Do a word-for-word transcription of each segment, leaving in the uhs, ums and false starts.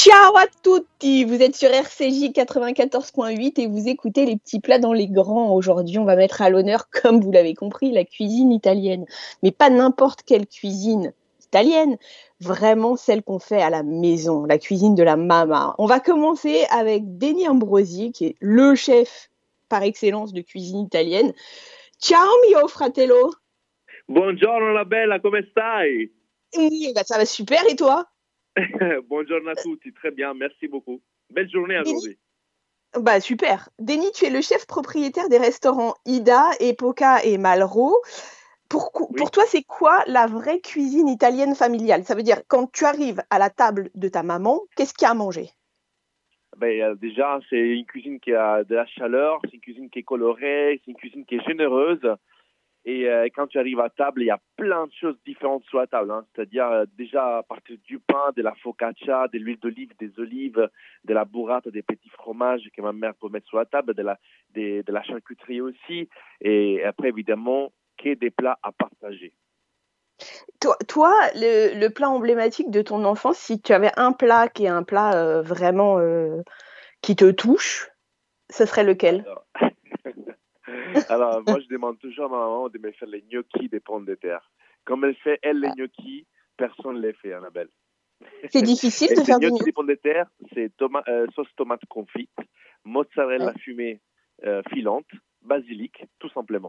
Ciao à tutti, vous êtes sur R C J quatre-vingt-quatorze virgule huit et vous écoutez Les Petits Plats dans les Grands. Aujourd'hui, on va mettre à l'honneur, comme vous l'avez compris, la cuisine italienne. Mais pas n'importe quelle cuisine italienne, vraiment celle qu'on fait à la maison, la cuisine de la mamma. On va commencer avec Denis Ambrosi, qui est le chef par excellence de cuisine italienne. Ciao mio fratello. Buongiorno la bella, come stai? Oui, bah ça va super, et toi? Buongiorno a tutti, très bien, merci beaucoup. Belle journée aujourd'hui. Bah super. Denis, tu es le chef propriétaire des restaurants Ida, Epoca et Malraux. Pour, oui. pour toi, c'est quoi la vraie cuisine italienne familiale? Ça veut dire, quand tu arrives à la table de ta maman, qu'est-ce qu'il y a à manger? Ben, euh, déjà, c'est une cuisine qui a de la chaleur, c'est une cuisine qui est colorée, c'est une cuisine qui est généreuse. Et euh, quand tu arrives à table, il y a plein de choses différentes sur la table. Hein. C'est-à-dire euh, déjà à partir du pain, de la focaccia, de l'huile d'olive, des olives, de la burrata, des petits fromages que ma mère peut mettre sur la table, de la, de, de la charcuterie aussi. Et après, évidemment, que des plats à partager. Toi, toi le, le plat emblématique de ton enfance, si tu avais un plat qui est un plat euh, vraiment euh, qui te touche, ce serait lequel? Alors... Alors, moi, je demande toujours à ma maman de me faire les gnocchis des pommes de terre. Comme elle fait, elle, les gnocchis, personne ne les fait, Annabelle. C'est difficile de faire des gnocchis des pommes de terre, c'est toma- euh, sauce tomate confite, mozzarella ouais. fumée euh, filante, basilic, tout simplement.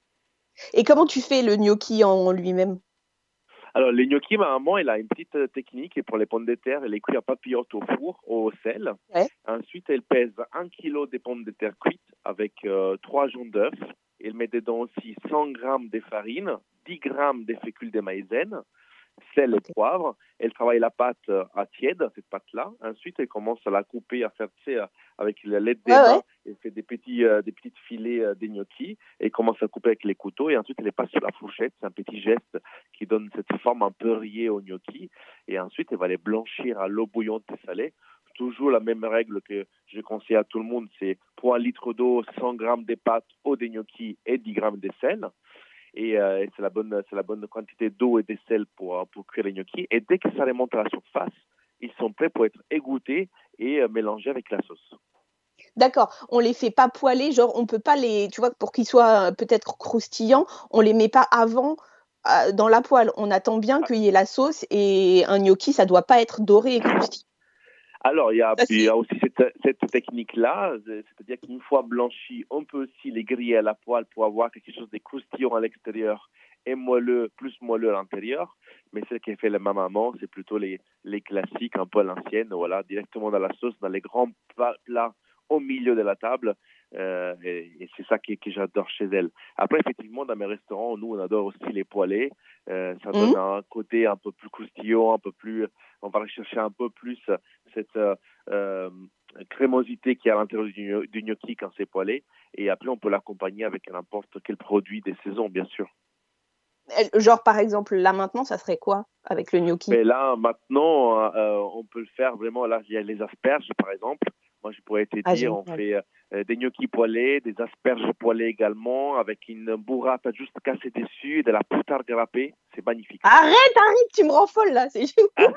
Et comment tu fais le gnocchi en lui-même? Alors, les gnocchis, ma maman, elle a une petite euh, technique. Et pour les pommes de terre, elle les cuit à papillote au four, au sel. Ouais. Ensuite, elle pèse un kilo de pommes de terre cuites avec euh, trois jaunes d'œufs. Elle met dedans aussi cent grammes de farine, dix grammes de fécule de maïzène, sel et poivre. Elle travaille la pâte à tiède, cette pâte-là. Ensuite, elle commence à la couper, à faire, tu sais, avec la l'aide des ouais, mains. Ouais. Elle fait des petits, euh, des petites filets euh, de gnocchis. Elle commence à couper avec les couteaux et ensuite, elle les passe sur la fourchette. C'est un petit geste qui donne cette forme un peu rayée au gnocchi. Et ensuite, elle va les blanchir à l'eau bouillante et salée. Toujours la même règle que je conseille à tout le monde, c'est pour un litre d'eau, cent grammes de pâtes, eau de gnocchi et dix grammes de sel. Et euh, c'est la bonne, c'est la bonne quantité d'eau et de sel pour, pour cuire les gnocchis. Et dès que ça remonte à la surface, ils sont prêts pour être égouttés et euh, mélangés avec la sauce. D'accord, on les fait pas poêler, genre on peut pas les, tu vois, pour qu'ils soient peut-être croustillants, on les met pas avant euh, dans la poêle. On attend bien qu'il y ait la sauce et un gnocchi, ça doit pas être doré et croustillant. Alors, il y a, ça, il y a aussi cette, cette technique-là, c'est-à-dire qu'une fois blanchi, on peut aussi les griller à la poêle pour avoir quelque chose de croustillant à l'extérieur et moelleux, plus moelleux à l'intérieur. Mais celle qui fait ma maman, c'est plutôt les, les classiques, un peu à l'ancienne, voilà, directement dans la sauce, dans les grands plats, plats au milieu de la table. Euh, et, et c'est ça que, que j'adore chez elle. Après, effectivement, dans mes restaurants, nous, on adore aussi les poêlés. Euh, ça donne mmh. un côté un peu plus croustillant, un peu plus, on va rechercher un peu plus cette euh, crémosité qui est à l'intérieur du, du gnocchi quand c'est poêlé. Et après, on peut l'accompagner avec n'importe quel produit des saisons, bien sûr. Genre, par exemple, là maintenant, ça serait quoi avec le gnocchi? Mais là, maintenant, euh, on peut le faire vraiment. Là, il y a les asperges, par exemple. Moi, je pourrais te ah, dire, on fait euh, des gnocchis poêlés, des asperges poêlées également, avec une burrata juste cassée dessus, et de la poutarde râpée. C'est magnifique. Arrête, arrête, tu me rends folle là. C'est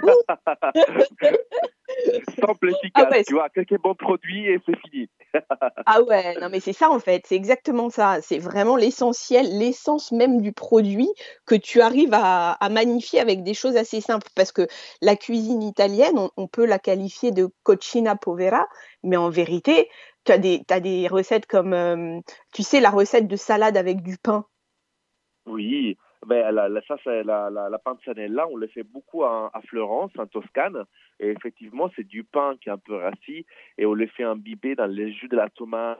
simple, efficace. Ah ouais, tu vois, quelques bons produits et c'est fini. Ah ouais, non mais c'est ça en fait, c'est exactement ça. C'est vraiment l'essentiel, l'essence même du produit que tu arrives à, à magnifier avec des choses assez simples. Parce que la cuisine italienne, on, on peut la qualifier de cucina povera, mais en vérité, tu as des, t'as des recettes comme, euh, tu sais, la recette de salade avec du pain. Oui, ben, la, la, ça, c'est la, la, la panzanella, on le fait beaucoup à, à Florence, en Toscane. Et effectivement, c'est du pain qui est un peu rassis et on le fait imbiber dans le jus de la tomate.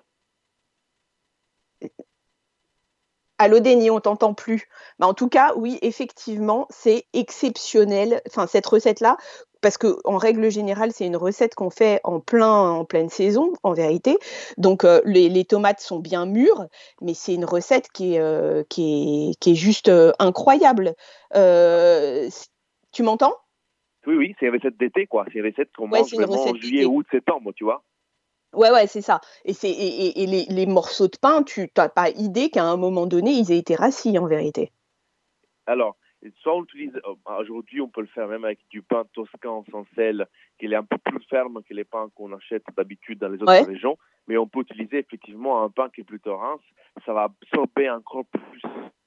Allô Denis, on t'entend plus. Bah, en tout cas, oui, effectivement, c'est exceptionnel. Enfin, cette recette-là, parce que en règle générale, c'est une recette qu'on fait en plein, en pleine saison, en vérité. Donc, euh, les, les tomates sont bien mûres, mais c'est une recette qui est, euh, qui est, qui est juste euh, incroyable. Euh, tu m'entends? Oui, oui, c'est une recette d'été, quoi. C'est une recette qu'on ouais, mange vraiment en juillet, août, septembre, tu vois. Ouais, ouais, c'est ça. Et, c'est, et, et, et les, les morceaux de pain, tu n'as pas idée qu'à un moment donné, ils aient été rassis, en vérité. Alors, soit on utilise, aujourd'hui on peut le faire même avec du pain toscan sans sel, qui est un peu plus ferme que les pains qu'on achète d'habitude dans les autres Ouais. régions, mais on peut utiliser effectivement un pain qui est plutôt rince, ça va absorber encore plus.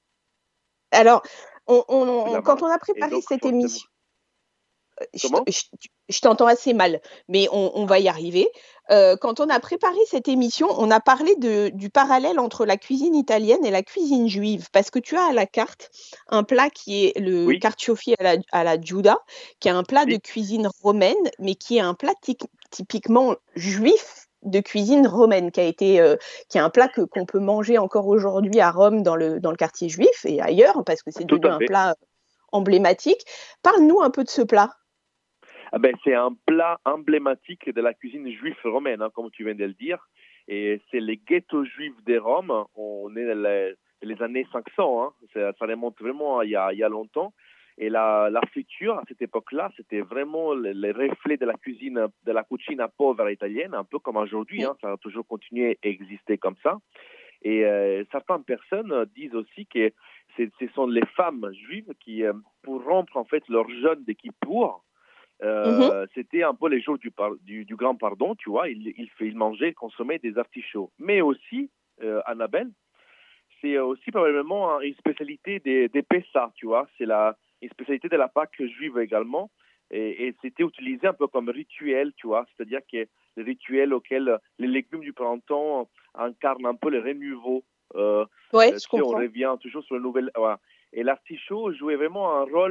Alors, on, on, on, quand on a préparé donc, cette forcément... émission, Comment je, je, je t'entends assez mal, mais on, on va y arriver. Euh, quand on a préparé cette émission, on a parlé de, du parallèle entre la cuisine italienne et la cuisine juive, parce que tu as à la carte un plat qui est le oui. carciofi à la, à la Giuda, qui est un plat oui. de cuisine romaine, mais qui est un plat typiquement juif de cuisine romaine, qui a été, euh, qui est un plat que qu'on peut manger encore aujourd'hui à Rome dans le dans le quartier juif et ailleurs, parce que c'est devenu un plat emblématique. Parle-nous un peu de ce plat. Ah ben, c'est un plat emblématique de la cuisine juive romaine, hein, comme tu viens de le dire. Et c'est les ghettos juifs de Rome. On est dans les, les années cinq cents. Hein. Ça, ça remonte vraiment il y a, il y a longtemps. Et la, la friture, à cette époque-là, c'était vraiment le, le reflet de la cuisine, de la cucina povera italienne, un peu comme aujourd'hui. Hein. Ça a toujours continué à exister comme ça. Et euh, certaines personnes disent aussi que ce sont les femmes juives qui, euh, pour rompre en fait leur jeûne de Kippour, Euh, mm-hmm. c'était un peu les jours du, par, du, du grand pardon, tu vois, il, il, fait, il mangeait, il consommait des artichauts. Mais aussi, euh, Annabelle, c'est aussi probablement une spécialité des, des Pessah, tu vois, c'est la, une spécialité de la Pâque juive également, et, et c'était utilisé un peu comme rituel, tu vois, c'est-à-dire que le rituel auquel les légumes du printemps incarnent un peu le renouveau. Euh, ouais, tu je sais, comprends. on revient toujours sur le nouvel... Ouais. Et l'artichaut jouait vraiment un rôle...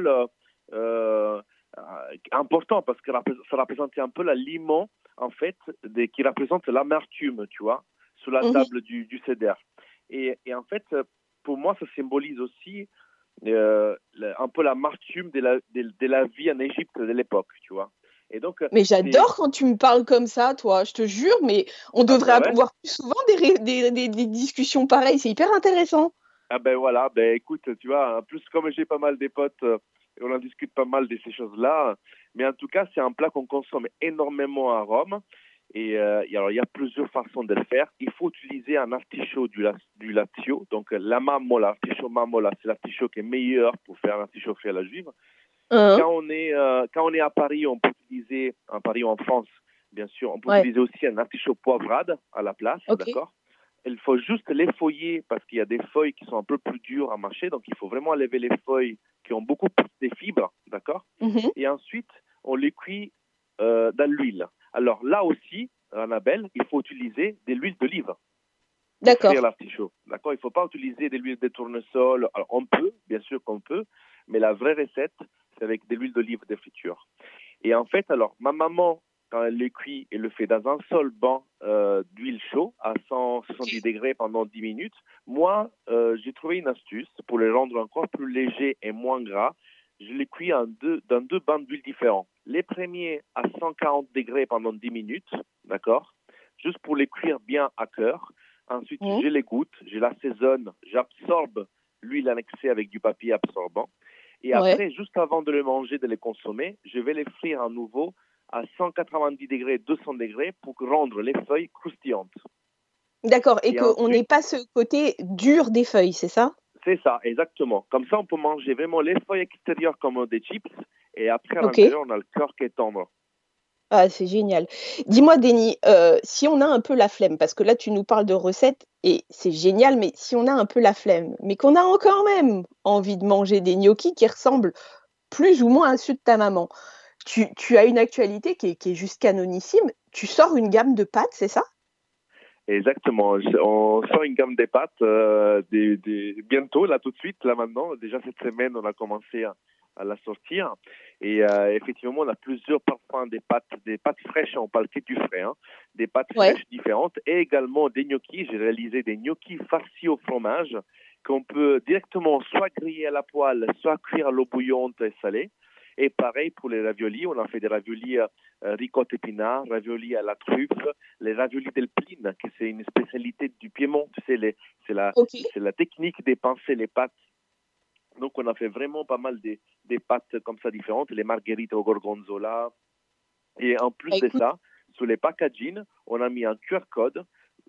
Euh, important parce que ça représentait un peu l'aliment en fait de, qui représente l'amertume, tu vois, sur la table mm-hmm. du, du seder. Et, et en fait, pour moi, ça symbolise aussi euh, un peu l'amertume de la, de, de la vie en Égypte de l'époque, tu vois. Et donc, mais j'adore quand tu me parles comme ça, toi, je te jure, mais on devrait ah ben ouais. avoir plus souvent des, des, des, des discussions pareilles, c'est hyper intéressant. Ah ben voilà, ben écoute, tu vois, en plus comme j'ai pas mal de potes, et on en discute pas mal de ces choses-là, mais en tout cas, c'est un plat qu'on consomme énormément à Rome, et, euh, et alors il y a plusieurs façons de le faire. Il faut utiliser un artichaut du, du Lazio, donc la mammola, l'artichaut mammola, c'est l'artichaut qui est meilleur pour faire un artichaut fait à la juive. Uh-huh. Quand, on est, euh, quand on est à Paris, on peut utiliser, à Paris ou en France, bien sûr, on peut ouais. utiliser aussi un artichaut poivrade à la place, okay. d'accord? Il faut juste les feuiller parce qu'il y a des feuilles qui sont un peu plus dures à mâcher, donc il faut vraiment enlever les feuilles qui ont beaucoup plus de fibres, d'accord? Mm-hmm. Et ensuite, on les cuit euh, dans l'huile. Alors là aussi, Annabelle, il faut utiliser de l'huile d'olive. D'accord. Pour l'artichaut, d'accord? Il ne faut pas utiliser de l'huile de tournesol. Alors on peut, bien sûr qu'on peut, mais la vraie recette, c'est avec de l'huile d'olive de friture. Et en fait, alors, ma maman, quand elle le cuit, elle le fait dans un seul bain euh, d'huile chaude à cent soixante-dix degrés pendant dix minutes. Moi, euh, j'ai trouvé une astuce pour le rendre encore plus léger et moins gras. Je le cuis en deux, dans deux bains d'huile différents. Les premiers à cent quarante degrés pendant dix minutes, d'accord? Juste pour les cuire bien à cœur. Ensuite, mmh. je les goûte, je l'assaisonne, j'absorbe l'huile annexée avec du papier absorbant. Et ouais. après, juste avant de le manger, de les consommer, je vais les frire à nouveau à cent quatre-vingt-dix degrés, deux cents degrés pour rendre les feuilles croustillantes. D'accord, et, et qu'on n'ait pas ce côté dur des feuilles, c'est ça? C'est ça, exactement. Comme ça, on peut manger vraiment les feuilles extérieures comme des chips, et après, à okay. l'intérieur, on a le cœur qui est tendre. Ah, c'est génial. Dis-moi, Denis, euh, si on a un peu la flemme, parce que là, tu nous parles de recettes, et c'est génial, mais si on a un peu la flemme, mais qu'on a quand même envie de manger des gnocchis qui ressemblent plus ou moins à ceux de ta maman, Tu, tu as une actualité qui est, qui est juste canonissime. Tu sors une gamme de pâtes, c'est ça? Exactement. On sort une gamme de pâtes euh, des, des, bientôt, là tout de suite, là maintenant. Déjà cette semaine, on a commencé à, à la sortir. Et euh, effectivement, on a plusieurs parfums des pâtes, des pâtes fraîches, on parle que du frais, hein, des pâtes ouais. fraîches différentes. Et également des gnocchis. J'ai réalisé des gnocchis farcis au fromage qu'on peut directement soit griller à la poêle, soit cuire à l'eau bouillante et salée. Et pareil pour les raviolis, on a fait des raviolis euh, ricotta épinard, raviolis à la truffe, les raviolis del Plin, que c'est une spécialité du Piémont, tu sais, les, c'est, la, okay. c'est la technique d'épancer les pâtes. Donc on a fait vraiment pas mal des, des pâtes comme ça différentes, les marguerites au gorgonzola. Et en plus Écoute. de ça, sur les packaging, on a mis un Q R code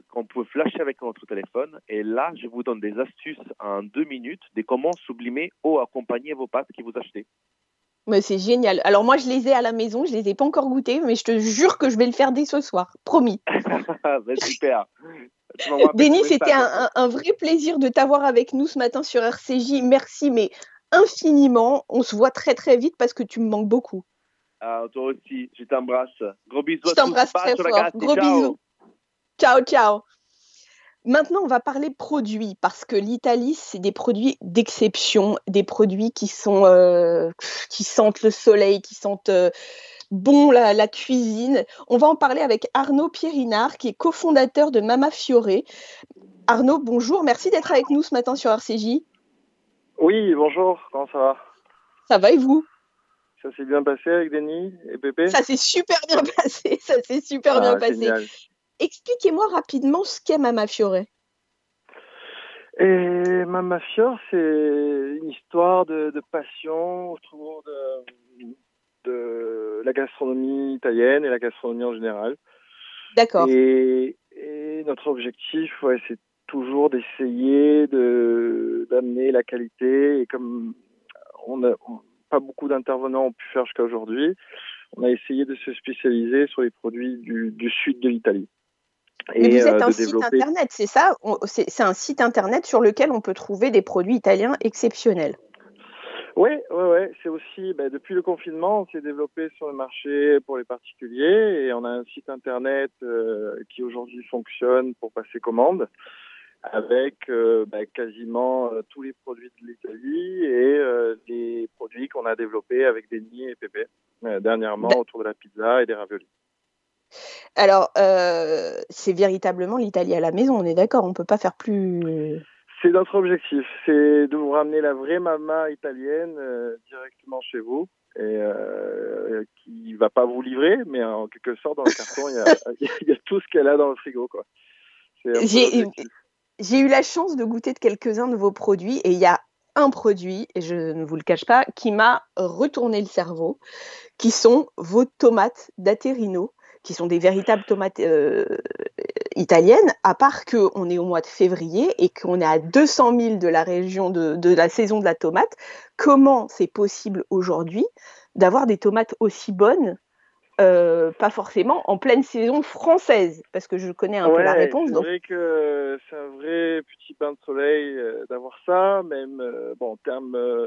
qu'on peut flasher avec notre téléphone. Et là, je vous donne des astuces en deux minutes de comment sublimer ou accompagner vos pâtes que vous achetez. Mais c'est génial. Alors moi, je les ai à la maison, je les ai pas encore goûtés, mais je te jure que je vais le faire dès ce soir, promis. Ben, super. Denis, c'était un, un, un vrai plaisir de t'avoir avec nous ce matin sur R C J. Merci, mais infiniment. On se voit très très vite parce que tu me manques beaucoup. Ah, toi aussi, je t'embrasse. Gros bisous je à tous. Je t'embrasse très fort. Ragazzi. Gros ciao. bisous. Ciao, ciao. Maintenant, on va parler produits parce que l'Italie, c'est des produits d'exception, des produits qui sont euh, qui sentent le soleil, qui sentent euh, bon la, la cuisine. On va en parler avec Arnaud Pierrinard, qui est cofondateur de Mama Fiore. Arnaud, bonjour, merci d'être avec nous ce matin sur R C J. Oui, bonjour, comment ça va? Ça va et vous? Ça s'est bien passé avec Denis et Pépé? Ça s'est super bien passé, ça s'est super ah, bien passé. Génial. Expliquez-moi rapidement ce qu'est Mama Fiore. Et Mama Fiore, c'est une histoire de, de passion autour de, de la gastronomie italienne et la gastronomie en général. D'accord. Et, et notre objectif, ouais, c'est toujours d'essayer de, d'amener la qualité. Et comme on n'a pas beaucoup d'intervenants ont pu faire jusqu'à aujourd'hui, on a essayé de se spécialiser sur les produits du, du sud de l'Italie. Mais et vous êtes euh, un site développer... internet, c'est ça? c'est, c'est un site internet sur lequel on peut trouver des produits italiens exceptionnels. Oui, ouais, ouais. C'est aussi, bah, depuis le confinement, on s'est développé sur le marché pour les particuliers et on a un site internet euh, qui aujourd'hui fonctionne pour passer commande avec euh, bah, quasiment euh, tous les produits de l'Italie et euh, les produits qu'on a développés avec Denis et Pépé euh, dernièrement bah... autour de la pizza et des raviolis. Alors, euh, c'est véritablement l'Italie à la maison, on est d'accord, on ne peut pas faire plus... C'est notre objectif, c'est de vous ramener la vraie mama italienne euh, directement chez vous et euh, qui ne va pas vous livrer, mais en quelque sorte, dans le carton, il y a, il y a tout ce qu'elle a dans le frigo, quoi. C'est j'ai, j'ai eu la chance de goûter de quelques-uns de vos produits et il y a un produit, et je ne vous le cache pas, qui m'a retourné le cerveau, qui sont vos tomates d'Aterino, qui sont des véritables tomates euh, italiennes, à part qu'on est au mois de février et qu'on est à deux cent mille de la région de, de la saison de la tomate. Comment c'est possible aujourd'hui d'avoir des tomates aussi bonnes, euh, pas forcément en pleine saison française? Parce que je connais un ouais, peu la réponse. C'est donc... vrai que c'est un vrai petit bain de soleil euh, d'avoir ça, même euh, bon, en termes... Euh,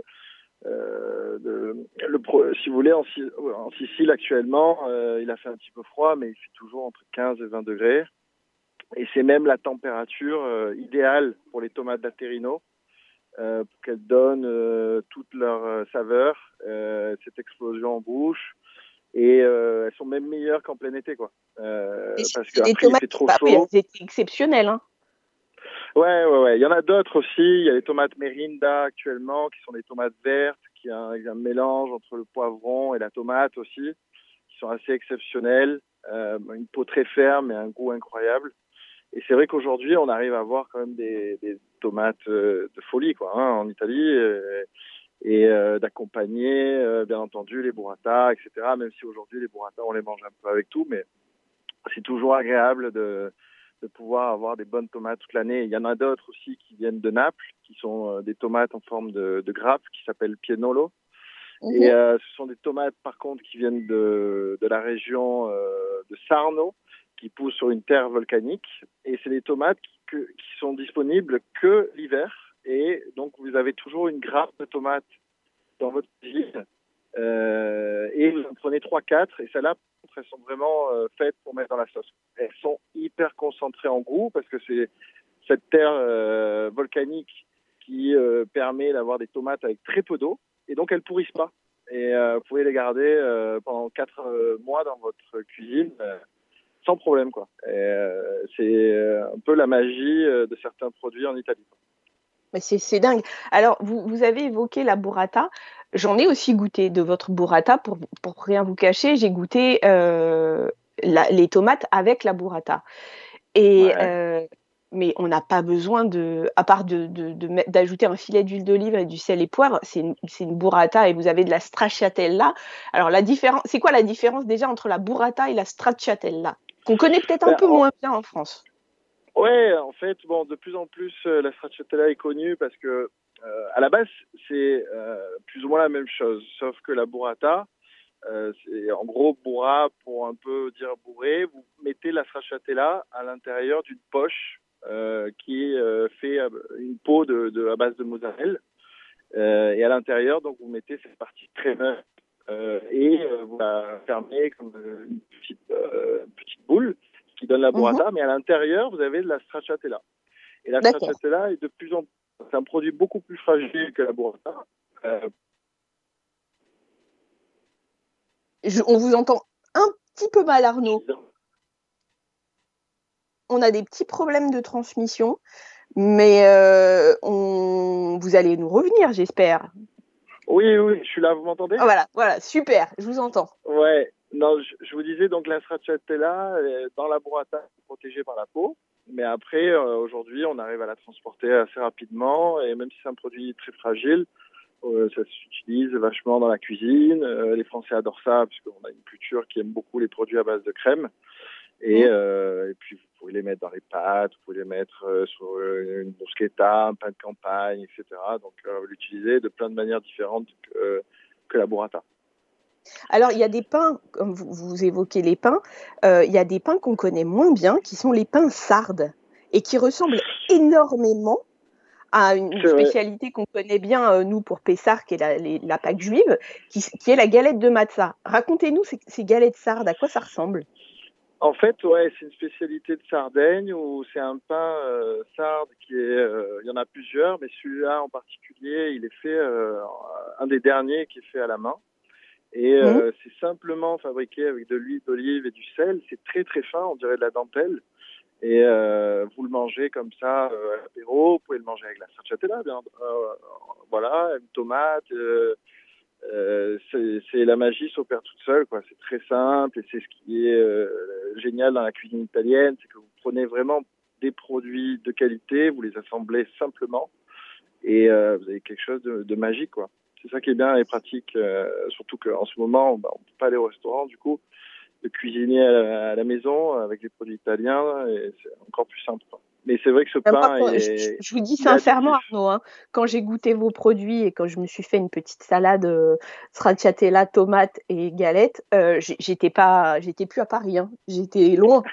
Euh, de, le pro, si vous voulez, en, en Sicile actuellement, euh, il a fait un petit peu froid, mais il fait toujours entre quinze et vingt degrés. Et c'est même la température euh, idéale pour les tomates d'Aterino, euh, pour qu'elles donnent euh, toute leur euh, saveur, euh, cette explosion en bouche. Et euh, elles sont même meilleures qu'en plein été, quoi. Euh, parce qu'après, il fait trop bah, chaud. Oui, elles étaient exceptionnelles, hein. Ouais, ouais, ouais. Il y en a d'autres aussi. Il y a les tomates Merinda actuellement, qui sont des tomates vertes, qui a un, un mélange entre le poivron et la tomate aussi, qui sont assez exceptionnelles. Euh, une peau très ferme et un goût incroyable. Et c'est vrai qu'aujourd'hui, on arrive à avoir quand même des, des tomates euh, de folie, quoi, hein, en Italie, euh, et euh, d'accompagner, euh, bien entendu, les burrata, et cetera. Même si aujourd'hui, les burrata, on les mange un peu avec tout, mais c'est toujours agréable de de pouvoir avoir des bonnes tomates toute l'année. Il y en a d'autres aussi qui viennent de Naples, qui sont euh, des tomates en forme de, de grappe, qui s'appellent piennolo. Mm-hmm. Et euh, ce sont des tomates, par contre, qui viennent de, de la région euh, de Sarno, qui poussent sur une terre volcanique. Et c'est des tomates qui, que, qui sont disponibles que l'hiver. Et donc, vous avez toujours une grappe de tomates dans votre cuisine. Euh, et vous en prenez trois quatre. Et celles-là, elles sont vraiment euh, faites pour mettre dans la sauce. Elles sont hyper concentrées en goût parce que c'est cette terre euh, volcanique qui euh, permet d'avoir des tomates avec très peu d'eau et donc elles pourrissent pas. Et euh, vous pouvez les garder euh, pendant quatre euh, mois dans votre cuisine euh, sans problème, quoi. Et, euh, c'est un peu la magie euh, de certains produits en Italie. Mais c'est, c'est dingue. Alors, vous, vous avez évoqué la burrata. J'en ai aussi goûté de votre burrata, pour, pour rien vous cacher. J'ai goûté euh, la, les tomates avec la burrata. Et, ouais. euh, mais on n'a pas besoin, de, à part de, de, de, d'ajouter un filet d'huile d'olive et du sel et poivre, c'est une, c'est une burrata et vous avez de la stracciatella. Alors, la différence, c'est quoi la différence déjà entre la burrata et la stracciatella, qu'on connaît peut-être un ben, peu en... moins bien en France? Ouais, en fait, bon, de plus en plus, euh, la stracciatella est connue parce que, euh, à la base, c'est euh, plus ou moins la même chose, sauf que la burrata, euh, c'est en gros burra pour un peu dire bourré. Vous mettez la stracciatella à l'intérieur d'une poche euh, qui est euh, fait à- une peau de, de à base de mozzarella, euh, et à l'intérieur, donc vous mettez cette partie crémeuse euh, et euh, vous la fermez comme euh, une petite, euh, petite boule qui donne la Mhm. burrata, mais à l'intérieur, vous avez de la stracciatella. Et la D'accord. stracciatella est de plus en plus, c'est un produit beaucoup plus fragile que la burrata. Euh, Je- on vous entend un petit peu mal, Arnaud. On a des petits problèmes de transmission, mais euh, on... vous allez nous revenir, j'espère. oui, oui, je suis là, vous m'entendez? Ah, voilà, voilà, super, je vous entends. Ouais, non, je, je vous disais donc la stracciatella euh, dans la burrata est protégée par la peau, mais après euh, aujourd'hui on arrive à la transporter assez rapidement et même si c'est un produit très fragile, euh, ça s'utilise vachement dans la cuisine. Euh, les Français adorent ça parce qu'on a une culture qui aime beaucoup les produits à base de crème. Et, Mmh. euh, et puis vous pouvez les mettre dans les pâtes, vous pouvez les mettre euh, sur euh, une bruschetta, un pain de campagne, et cetera. Donc euh, vous l'utilisez de plein de manières différentes que, que la burrata. Alors, il y a des pains, comme vous, vous évoquez les pains, euh, il y a des pains qu'on connaît moins bien, qui sont les pains sardes, et qui ressemblent énormément à une C'est vrai. spécialité qu'on connaît bien, euh, nous, pour Pessah, qui est la, les- la Pâque juive, qui, qui est la galette de matzah. Racontez-nous ces, ces galettes sardes, à quoi ça ressemble? En fait, ouais, c'est une spécialité de Sardaigne où c'est un pain euh, sarde qui est, euh, il y en a plusieurs, mais celui-là en particulier, il est fait, euh, un des derniers qui est fait à la main. Et Mmh. euh, c'est simplement fabriqué avec de l'huile d'olive et du sel. C'est très très fin, on dirait de la dentelle. Et euh, vous le mangez comme ça euh, à l'apéro. Vous pouvez le manger avec la stracciatella, bien. Euh, voilà, une tomate. Euh, euh, c'est, c'est la magie s'opère toute seule, quoi. C'est très simple et c'est ce qui est euh, génial dans la cuisine italienne, c'est que vous prenez vraiment des produits de qualité, vous les assemblez simplement et euh, vous avez quelque chose de, de magique, quoi. C'est ça qui est bien et pratique, euh, surtout qu'en ce moment, bah, on ne peut pas aller au restaurant, du coup, de cuisiner à la, à la maison avec les produits italiens, et c'est encore plus simple, quoi. Mais c'est vrai que ce Ben, moi, pain, quand- il je, est, je vous dis il est sincèrement, addictif. Arnaud, hein, quand j'ai goûté vos produits et quand je me suis fait une petite salade euh, stracciatella, tomate et galette, euh, j'ai- j'étais pas, j'étais plus à Paris, hein. J'étais loin.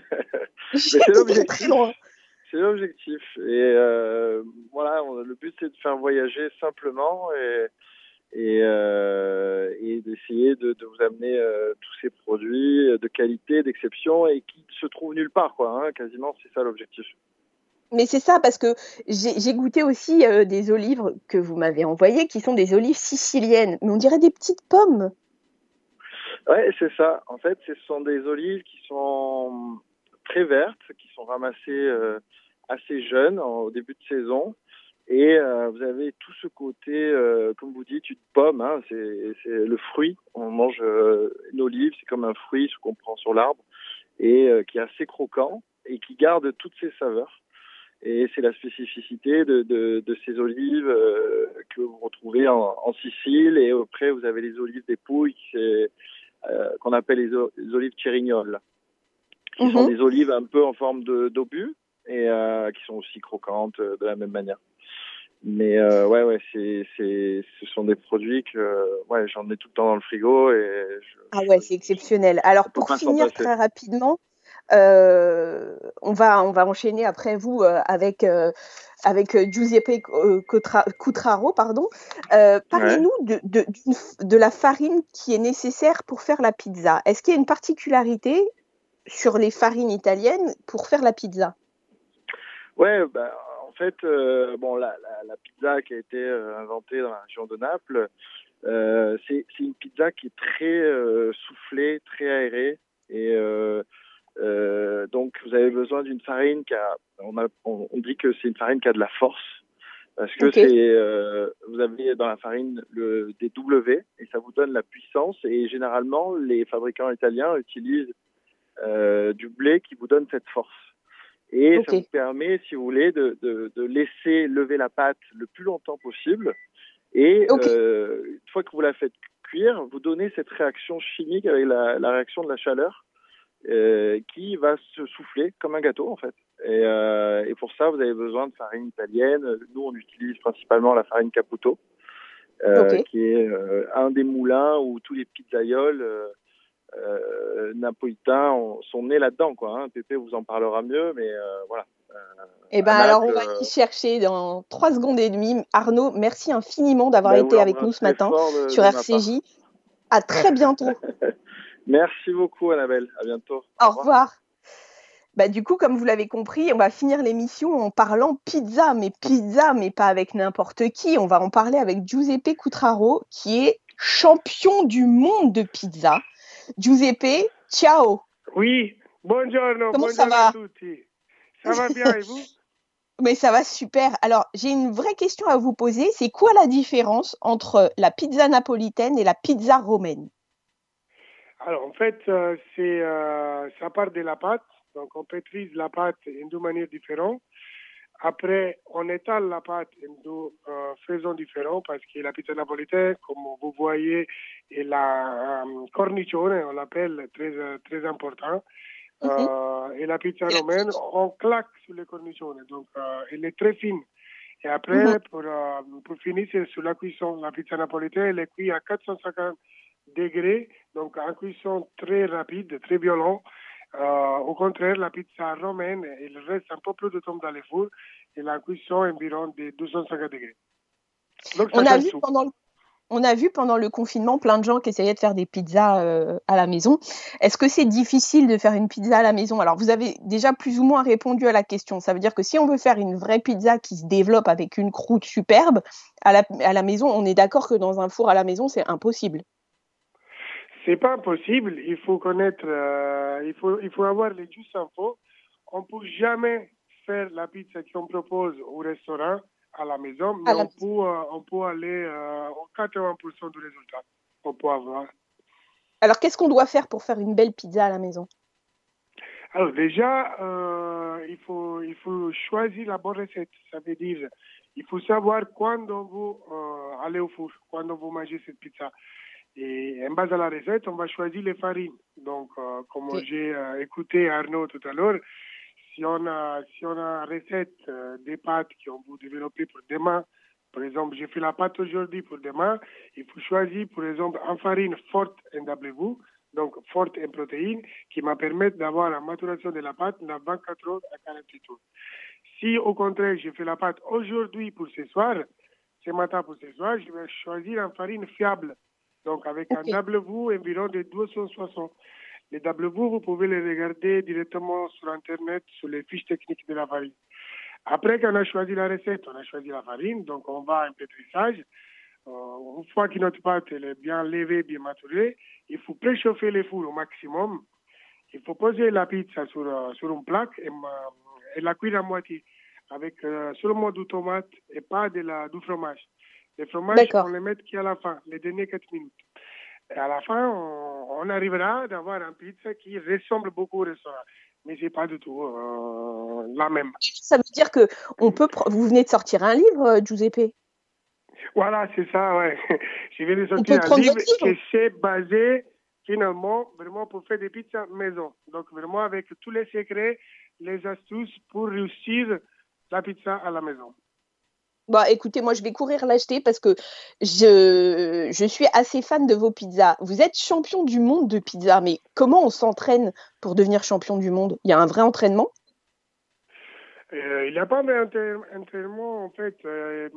Mais c'est J'étais très très l'objectif. loin. C'est l'objectif. Et euh, voilà, on- le but c'est de faire voyager simplement et, et, euh, et d'essayer de, de vous amener euh, tous ces produits de qualité, d'exception et qui se trouvent nulle part, quoi. Hein, quasiment, c'est ça l'objectif. Mais c'est ça, parce que j'ai j'ai goûté aussi euh, des olives que vous m'avez envoyées, qui sont des olives siciliennes, mais on dirait des petites pommes. Ouais, c'est ça. En fait, ce sont des olives qui sont très vertes, qui sont ramassées euh, assez jeunes en- au début de saison. Et euh, vous avez tout ce côté, euh, comme vous dites, une pomme, hein, c'est, c'est le fruit. On mange euh, une olive, c'est comme un fruit, ce qu'on prend sur l'arbre, et euh, qui est assez croquant et qui garde toutes ses saveurs. Et c'est la spécificité de, de, de ces olives euh, que vous retrouvez en, en Sicile. Et après, vous avez les olives des Pouilles, c'est, euh, qu'on appelle les, o- les olives Cerignoles, qui sont Mhm. des olives un peu en forme de, d'obus et euh, qui sont aussi croquantes euh, de la même manière. Mais euh, ouais, ouais, c'est, c'est, ce sont des produits que ouais, j'en ai tout le temps dans le frigo et je, Ah ouais, je, c'est exceptionnel. Alors on peut pour pas s'en finir passer. très rapidement, euh, on va on va enchaîner après vous euh, avec euh, avec euh, Giuseppe euh, Cotra- Cutraro, pardon. Euh, Ouais. parlez-nous de, de, d'une- de la farine qui est nécessaire pour faire la pizza. Est-ce qu'il y a une particularité sur les farines italiennes pour faire la pizza? Ouais, bah, en fait, euh, bon, la, la, la pizza qui a été euh, inventée dans la région de Naples, euh, c'est, c'est une pizza qui est très euh, soufflée, très aérée. Et euh, euh, donc, vous avez besoin d'une farine qui a, on, a, on, on dit que c'est une farine qui a de la force. Parce que Ok, c'est, euh, vous avez dans la farine le, des W et ça vous donne la puissance. Et généralement, les fabricants italiens utilisent euh, du blé qui vous donne cette force. Et ça ok, vous permet, si vous voulez, de, de, de laisser lever la pâte le plus longtemps possible. Et ok. euh, une fois que vous la faites cuire, vous donnez cette réaction chimique avec la, la réaction de la chaleur euh, qui va se souffler comme un gâteau en fait. Et, euh, et pour ça, vous avez besoin de farine italienne. Nous, on utilise principalement la farine Caputo, euh, okay. qui est euh, un des moulins où tous les pizzaioles euh, euh, napolitains ont, sont nés là-dedans, quoi. Hein. Pépé vous en parlera mieux, mais euh, voilà. Euh, Eh ben alors, on va y chercher dans trois secondes et demie. Arnaud, merci infiniment d'avoir ben, été avec nous ce matin de, sur de R C J. À très bientôt. Merci beaucoup, Annabelle. À bientôt. Au, Au revoir. revoir. Bah, du coup, comme vous l'avez compris, on va finir l'émission en parlant pizza, mais pizza, mais pas avec n'importe qui. On va en parler avec Giuseppe Cutraro, qui est champion du monde de pizza. Giuseppe, ciao. Oui, buongiorno, Comment buongiorno ça va a tutti. Ça va bien et vous? Mais ça va super. Alors, j'ai une vraie question à vous poser. C'est quoi la différence entre la pizza napolitaine et la pizza romaine? Alors, en fait, euh, c'est, euh, ça part de la pâte. Donc, on pétrise la pâte en deux manières différentes. Après, on étale la pâte en deux euh, faisons différentes parce que la pizza napolitaine, comme vous voyez, est la euh, cornicione, on l'appelle très, très important. Mm-hmm. Euh, et la pizza romaine, on claque sur les cornichons, donc euh, elle est très fine. Et après, mm-hmm. pour, euh, pour finir, c'est sur la cuisson. La pizza napolitaine, elle est cuite à quatre cent cinquante degrés, donc en cuisson très rapide, très violent. Euh, au contraire, la pizza romaine, elle reste un peu plus de temps dans les fours et la cuisson environ de deux cent cinquante degrés. Donc, on a vu tout. pendant le On a vu pendant le confinement plein de gens qui essayaient de faire des pizzas euh, à la maison. Est-ce que c'est difficile de faire une pizza à la maison? Alors, vous avez déjà plus ou moins répondu à la question. Ça veut dire que si on veut faire une vraie pizza qui se développe avec une croûte superbe, à la, à la maison, on est d'accord que dans un four à la maison, c'est impossible. C'est pas impossible. Il faut connaître, euh, il faut, il faut avoir les justes infos. On peut jamais faire la pizza qu'on propose au restaurant à la maison, mais on peut, euh, on peut aller euh, au quatre-vingts pour cent du résultat. On peut avoir. Alors, qu'est-ce qu'on doit faire pour faire une belle pizza à la maison? Alors, déjà, euh, il, faut, il faut choisir la bonne recette. Ça veut dire, il faut savoir quand vous euh, allez au four, quand vous mangez cette pizza. Et en base à la recette, on va choisir les farines. Donc, euh, comme oui. j'ai euh, écouté Arnaud tout à l'heure, si on a, si on a une recette euh, des pâtes qu'on veut développer pour demain, par exemple, j'ai fait la pâte aujourd'hui pour demain, il faut choisir, par exemple, une farine forte en W, donc forte en protéines, qui m'a permis d'avoir la maturation de la pâte dans vingt-quatre heures à quarante-huit heures. Si, au contraire, j'ai fait la pâte aujourd'hui pour ce soir, ce matin pour ce soir, je vais choisir une farine fiable. Donc, avec okay. un W environ de deux cent soixante. Les W, vous pouvez les regarder directement sur Internet, sur les fiches techniques de la farine. Après qu'on a choisi la recette, on a choisi la farine, donc on va à un pétrissage. Euh, une fois que notre pâte elle est bien levée, bien maturée, il faut préchauffer les fours au maximum. Il faut poser la pizza sur, uh, sur une plaque et, uh, et la cuire à moitié avec uh, seulement du tomate et pas de la, du fromage. Les fromages, on les met qu'à la fin, les dernières quatre minutes. Et à la fin, on, on arrivera d'avoir une pizza qui ressemble beaucoup au restaurant. Mais ce n'est pas du tout euh, la même. Ça veut dire que on peut pro- vous venez de sortir un livre, Giuseppe? Voilà, c'est ça, ouais. Je viens de sortir un livre qui s'est basé finalement vraiment pour faire des pizzas maison. Donc vraiment avec tous les secrets, les astuces pour réussir la pizza à la maison. Bah, écoutez, moi, je vais courir l'acheter parce que je, je suis assez fan de vos pizzas. Vous êtes champion du monde de pizza, mais comment on s'entraîne pour devenir champion du monde? Il y a un vrai entraînement? euh, Il n'y a pas d'entraînement, en fait. Euh,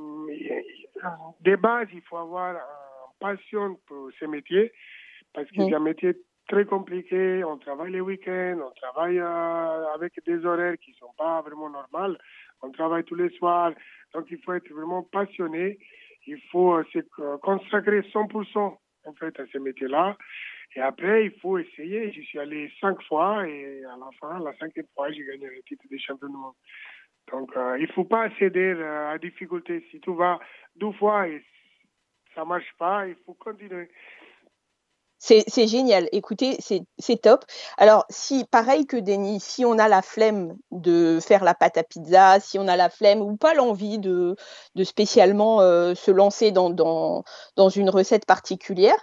de base, il faut avoir une passion pour ce métier parce que mmh. c'est un métier très compliqué. On travaille les week-ends, on travaille euh, avec des horaires qui ne sont pas vraiment normaux. On travaille tous les soirs. Donc, il faut être vraiment passionné. Il faut euh, se consacrer cent pour cent en fait, à ce métier-là. Et après, il faut essayer. Je suis allé cinq fois et à la fin, la cinquième fois, j'ai gagné le titre de champion du monde. Donc, euh, il ne faut pas céder euh, à la difficulté. Si tout va deux fois et ça ne marche pas, il faut continuer. C'est, c'est génial. Écoutez, c'est, c'est top. Alors, si, pareil que Denis, si on a la flemme de faire la pâte à pizza, si on a la flemme ou pas l'envie de, de spécialement euh, se lancer dans, dans, dans une recette particulière,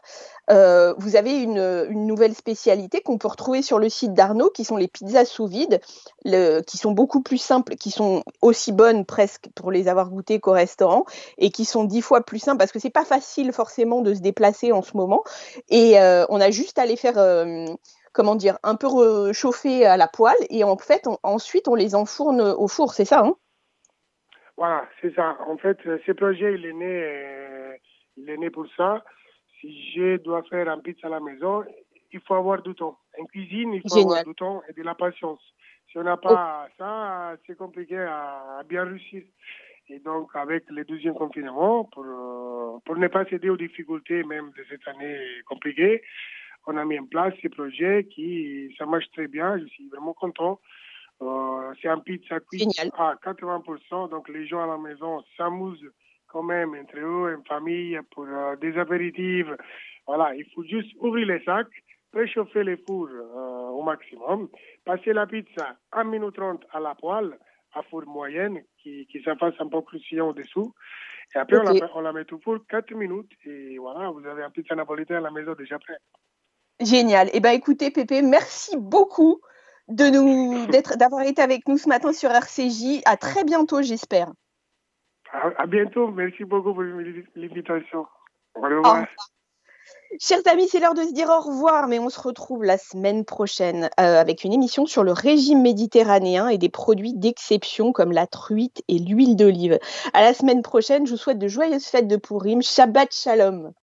euh, vous avez une, une nouvelle spécialité qu'on peut retrouver sur le site d'Arnaud, qui sont les pizzas sous vide, le, qui sont beaucoup plus simples, qui sont aussi bonnes presque pour les avoir goûtées qu'au restaurant, et qui sont dix fois plus simples, parce que c'est pas facile forcément de se déplacer en ce moment. Et euh, on a juste à les faire... Euh, comment dire, un peu réchauffer à la poêle, et en fait, on, ensuite, on les enfourne au four, c'est ça, hein? Voilà, c'est ça. En fait, ce projet, il est né, euh, il est né pour ça. Si je dois faire un pizza à la maison, il faut avoir du temps. En cuisine, il faut Génial. avoir du temps et de la patience. Si on n'a pas oh. ça, c'est compliqué à, à bien réussir. Et donc, avec le deuxième confinement, pour, pour ne pas céder aux difficultés même de cette année compliquée, on a mis en place ce projet qui, ça marche très bien. Je suis vraiment content. Euh, c'est un pizza cuit à quatre-vingts pour cent. Donc, les gens à la maison s'amusent quand même entre eux, en famille, pour euh, des apéritifs. Voilà, il faut juste ouvrir les sacs, préchauffer les fours euh, au maximum, passer la pizza un minute trente à la poêle, à four moyenne, qui, qui se fasse un peu croustillant au-dessous. Et après, okay. on, la, on la met au four quatre minutes. Et voilà, vous avez un pizza napolitain à la maison déjà prêt. Génial. Eh bien, écoutez, Pépé, merci beaucoup de nous, d'être, d'avoir été avec nous ce matin sur R C J. À très bientôt, j'espère. À, à bientôt. Merci beaucoup pour l'invitation. Au revoir. Chers amis, c'est l'heure de se dire au revoir, mais on se retrouve la semaine prochaine euh, avec une émission sur le régime méditerranéen et des produits d'exception comme la truite et l'huile d'olive. À la semaine prochaine, je vous souhaite de joyeuses fêtes de Pourim. Shabbat Shalom.